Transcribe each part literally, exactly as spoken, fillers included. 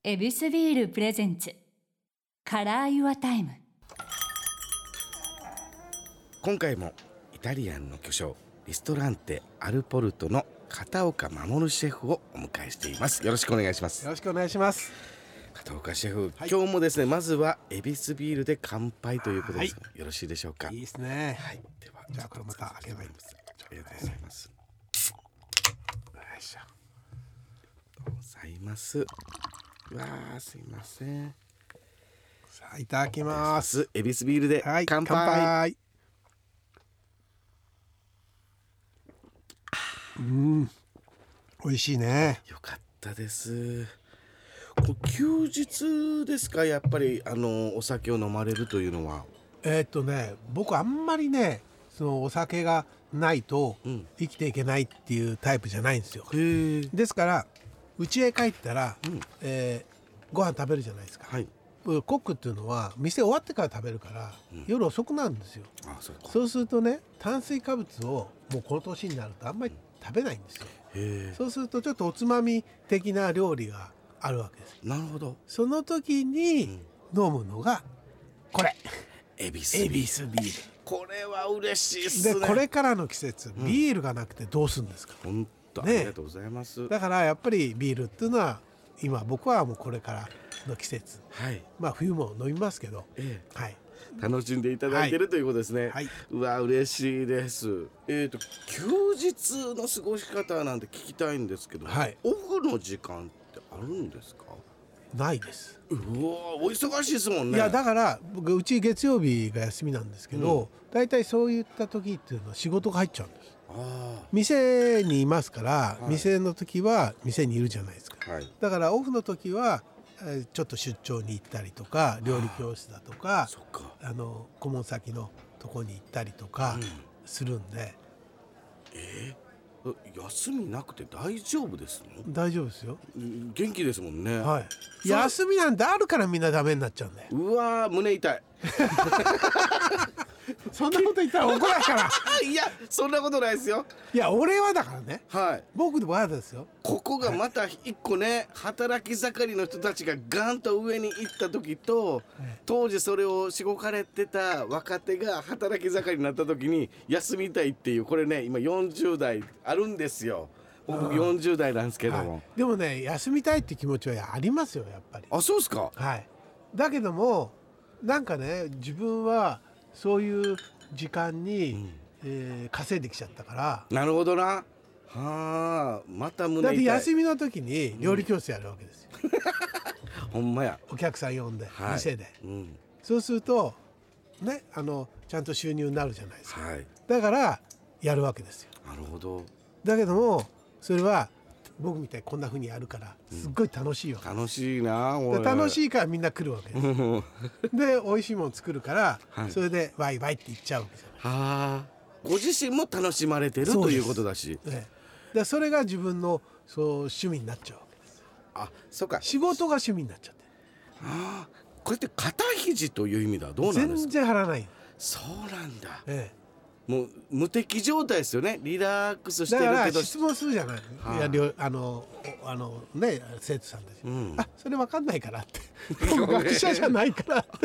エビスビールプレゼンツカラーユアタイム。 今回もイタリアンの巨匠リストランテアルポルトの片岡守シェフをお迎えしています。よろしくお願いします。 よろしくお願いします。 片岡シェフ、 はい、 今日もですね、まずはエビスビールで乾杯ということですが、はい、よろしいでしょうか。 いいですね。 はい、ではじゃあこれまた開ければいいです。 ありがとうございます。 よいしょ。 ありがとうございます。わー、すいません。 さあいただきます。 エビスビールで乾杯。 はい、乾杯。うん、美味しいね。 よかったです。これ休日ですか、やっぱりあのお酒を飲まれるというのは。 えー、っとね僕あんまりねそのお酒がないと生きていけないっていうタイプじゃないんですよ。 へー。 ですから家へ帰ったら、 うん、 えー、ご飯食べるじゃないですか。 はい、 コックっていうのは店終わってから食べるから、うん、夜遅くなるんですよ。 あ、そうか。 そうするとね炭水化物をもうこの年になるとあんまり食べないんですよ。 へー。 そうするとちょっとおつまみ的な料理があるわけです。 なるほど。 その時に飲むのがこれ、 エビスビール。 エビスビール。 これは嬉しいっすね。 でこれからの季節、うん、ビールがなくてどうするんですか。 本当、ね、ありがとうございます。 だからやっぱりビールっていうのは今僕はもうこれからの季節、 はい、まあ冬も飲みますけど、 ええ、 はい、 楽しんでいただいている、はい、ということですね。はい、うわ嬉しいです。えーと休日の過ごし方なんて聞きたいんですけど、はい、オフの時間ってあるんですか。 ないです。 うわお忙しいですもんね。 いやだから僕うち月曜日が休みなんですけど、だいたいそういった時っていうのは仕事が入っちゃうんです。あ店にいますから、はい、店の時は店にいるじゃないですか、はい、だからオフの時はちょっと出張に行ったりとか料理教室だとか、あの顧問先のとこに行ったりとかするんで、うん、 えー休みなくて大丈夫ですの？ 大丈夫ですよ。 元気ですもんね。 はい。休みなんてあるからみんなダメになっちゃうんだよ。 うわー胸痛い。 そんなこと言ったら怒らないから。 いやそんなことないですよ。 いや俺はだからね。 はい。 僕ではですよ。 ここがまた一個ね、はい、働き盛りの人たちがガンと上に行った時と、はい、当時それをしごかれてた若手が働き盛りになった時に休みたいっていう、これね今よんじゅう代あるんですよ。僕よんじゅう代なんですけども、はい、 でもね休みたいって気持ちはありますよやっぱり。 あ、そうですか。 はい。だけどもなんかね自分はそういう時間に、うんえー、稼いできちゃったから。 なるほどな。はあ、また胸痛い。 だって休みの時に料理教室やるわけですよ、 うん、ほんまや。 お客さん呼んで、はい、店で、 うん、 そうするとねあのちゃんと収入になるじゃないですか、 はい、 だからやるわけですよ。 なるほど。 だけどもそれは僕みたいにこんな風にやるからすっごい楽しいわけ、 うん、楽しいな。 楽しいからみんな来るわけですで美味しいもの作るから、はい、それでワイワイって言っちゃうわけじゃない。 はあ、ご自身も楽しまれてるということだし、 ね、でそれが自分のそう趣味になっちゃうわけです。 あ、そうか。 仕事が趣味になっちゃって。 ああ、これって肩肘という意味ではどうなんですか。 全然張らない。 そうなんだ、 ええ、 もう無敵状態ですよね。リラックスしてるけど。 だから質問するじゃない、はあ、いやあのあのね生徒さんたち、うん、あそれ分かんないからって僕学者じゃないからって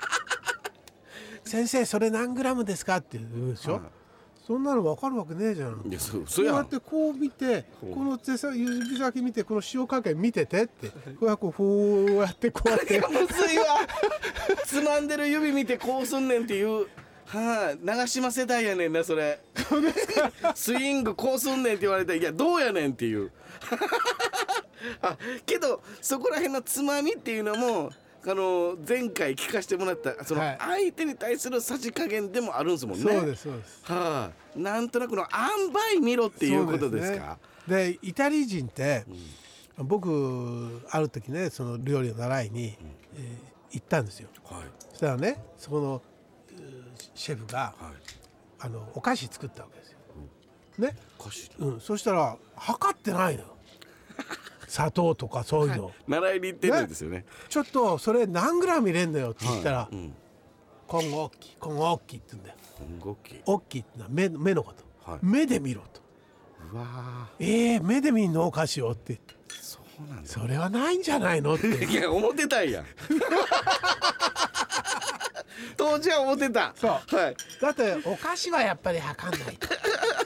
先生それ何グラムですかって言うでしょ、はあ、そんなの分かるわけねえじゃん。いやそそうやん。こうやってこう見てこの手先指先見てこの塩加減見ててってこうやってこうやってこうやってむずいわつまんでる指見てこうすんねんっていう、はあ、長嶋世代やねんなそれスイングこうすんねんって言われて、いやどうやねんっていうあけどそこら辺のつまみっていうのもあの前回聞かせてもらったその相手に対するさじ加減でもあるんですもんね。 そうですそうです、 はあ、なんとなくの塩梅見ろっていうことですか。 で、ね、イタリア人って、うん、僕ある時ねその料理を習いに、うんえー、行ったんですよ、はい、そしたらねそこのシェフが、はい、あのお菓子作ったわけですよ、うん、ねお菓子、うん、そしたら測ってないのよ砂糖とかそういうの、はい、 習いに行ってるんですよ ね, ねちょっとそれ何グラム入れんのよって言ったら、はいうん、今後大きい今後大きいって言うんだよ。 今後大きい大きいってのは 目, 目のこと、はい、目で見ろと。 うわえー、目で見んのお菓子をって言って。 そうそうなんだ。 それはないんじゃないのっていや思ってたんや当時は思ってた。 そう、 はい、 だってお菓子はやっぱり測んないと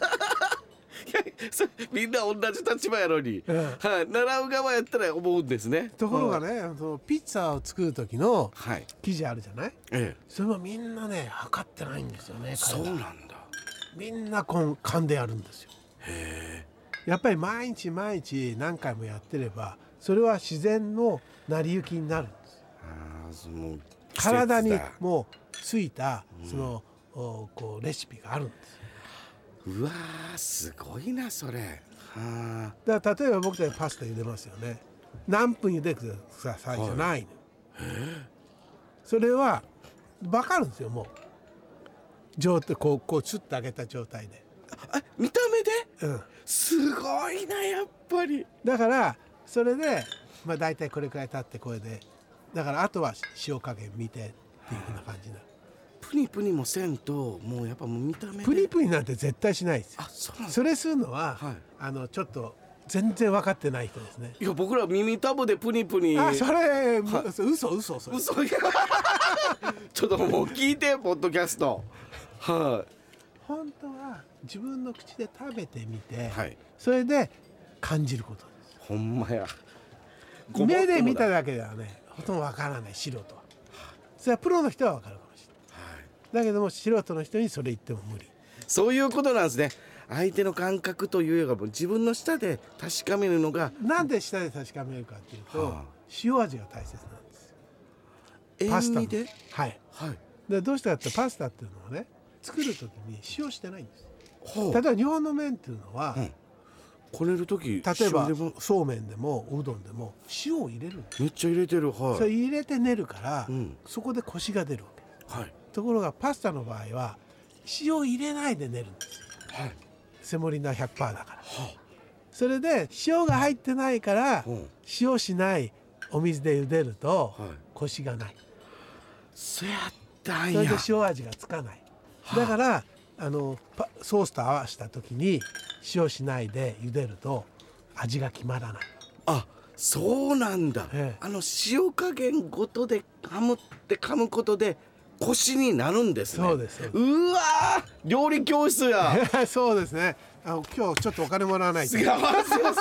そみんな同じ立場やのに、うん、はい、習う側やったら思うんですね。 ところがね、そのピッツァを作る時の生地あるじゃない、ええ、それもみんなね測ってないんですよね。 そうなんだ。 みんなこん勘でやるんですよ。へえ。やっぱり毎日毎日何回もやってればそれは自然の成り行きになるんです。あ、その体にもうついたその、うん、こうレシピがあるんです。 うわーすごいなそれ。はだから例えば僕たちパスタ茹でますよね。何分茹でてくださいじゃないの、はい、それは分かるんですよ。もう状態こうこうちゅっと上げた状態で、 あ見た目で、うん、すごいなやっぱり。 だからそれでまあ大体これくらい経ってこれでだからあとは塩加減見てっていうふうな感じになる。 プニプニもせんともうやっぱもう見た目でプニプニなんて絶対しないですよ。 あ、そうなんだ。 それするのは、はい、あのちょっと全然分かってない人ですね。 いや僕ら耳たぶでプニプニ。 あ、それ、はい、嘘嘘嘘嘘ちょっともう聞いてポッドキャスト。はい、 本当は自分の口で食べてみて、はい、それで感じることです。 ほんまや。 目で見ただけではねほとんど分からない素人は。それはプロの人は分かるかもしれない、はい、だけども素人の人にそれ言っても無理。 そういうことなんですね。相手の感覚というよりは自分の舌で確かめるのが。 なんで舌で確かめるかっていうと、はあ、塩味が大切なんですよ。 パスタで。 はい、はい、でどうしてかってパスタっていうのはね作る時に塩してないんです、はあ、例えば日本の麺っていうのは、うん、 こねる時例えばそうめんでもおうどんでも塩を入れるんです。 めっちゃ入れてる、はい、 それ入れて練るから、うん、そこでコシが出るわけ、はい、ところがパスタの場合は塩入れないで練るんですよ、はい、セモリナ ひゃくパーセント だから、はあ、それで塩が入ってないから、うん、塩しないお水で茹でると、はい、コシがない。 そうやったんや。 それで塩味がつかない、はあ、だからあのソースと合わせた時に塩しないで茹でると味が決まらない。 あ、そうなんだ、ええ、あの塩加減ごとで噛むって噛むことでコシになるんですね。 そうです。 うわー料理教室やそうですね。あの今日ちょっとお金もらわないと。 すいません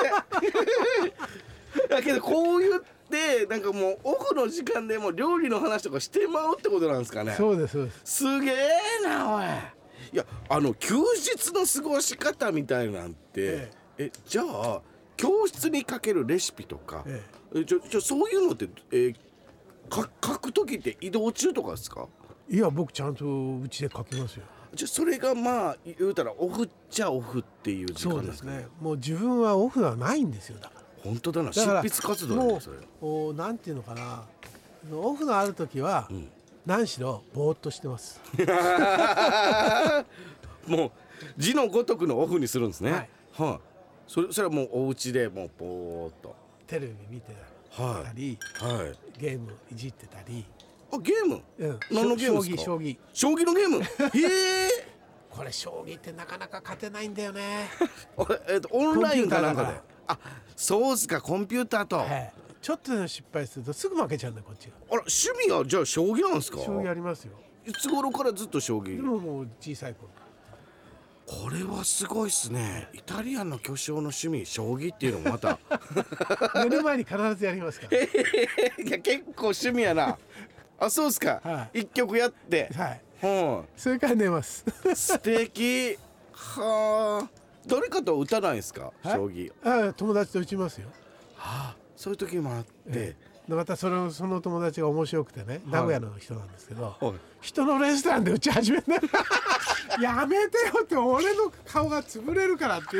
だけどこう言ってなんかもうオフの時間でも料理の話とかしてまうってことなんですかね。 そうですそうです。 すげえなおい。いやあの休日の過ごし方みたいなんて、ええ、えじゃあ教室にかけるレシピとか、ええ、ちょちょそういうのって、えー、か書く時って移動中とかですか。 いや僕ちゃんとうちで書きますよ。 じゃあそれがまあ言うたらオフっちゃオフっていう時間ですかね。 そうですね。もう自分はオフはないんですよ。だから本当だな。執筆活動だねそれ。 もうなんていうのかな、オフのある時は、うん、何しろぼーっとしてますもう字のごとくのオフにするんですね。はい、はあ、それそれはもうお家でもうぼーっとテレビ見てたり、はいはい、ゲームいじってたり。 あ、ゲーム、うん、何のゲームですか。 将棋将棋のゲームへえこれ将棋ってなかなか勝てないんだよねえっとオンラインかなんかで。あ、そうですか。コンピューターと、はい、 ちょっとでも失敗するとすぐ負けちゃうんだよこっちが。 あら、趣味がじゃあ将棋なんですか。 将棋ありますよ。 いつ頃からずっと将棋。 でももう小さい頃。 これはすごいっすね。イタリアンの巨匠の趣味将棋っていうのもまた寝る前に必ずやりますから。 いや結構趣味やなあ、そうですか、はい、一局やって、 はい、うん、それから寝ます素敵はあ。誰かと打たないですか、将棋。 あ、友達と打ちますよ。 はあ、そういう時もあって、ええ、またそのその友達が面白くてね、名古屋の人なんですけど、はい、人のレストランで打ち始めたやめてよって、俺の顔が潰れるからって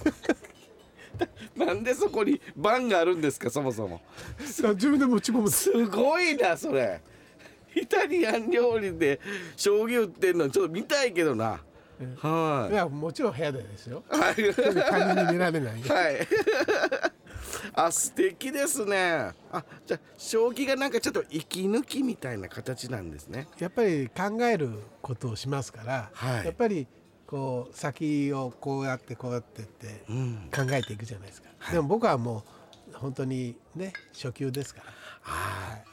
なんでそこに番があるんですか、そもそも。 自分で持ち込む。 すごいなそれ。イタリアン料理で将棋打ってんのちょっと見たいけどな。はい。 いやもちろん部屋でですよ。はい。他人に見られない。 はい。あ、素敵ですね。あ、じゃあ将棋がなんかちょっと息抜きみたいな形なんですね。 やっぱり考えることをしますから、はい、やっぱりこう先をこうやってこうやってって考えていくじゃないですか。はい、でも僕はもう本当にね初級ですから。 はい、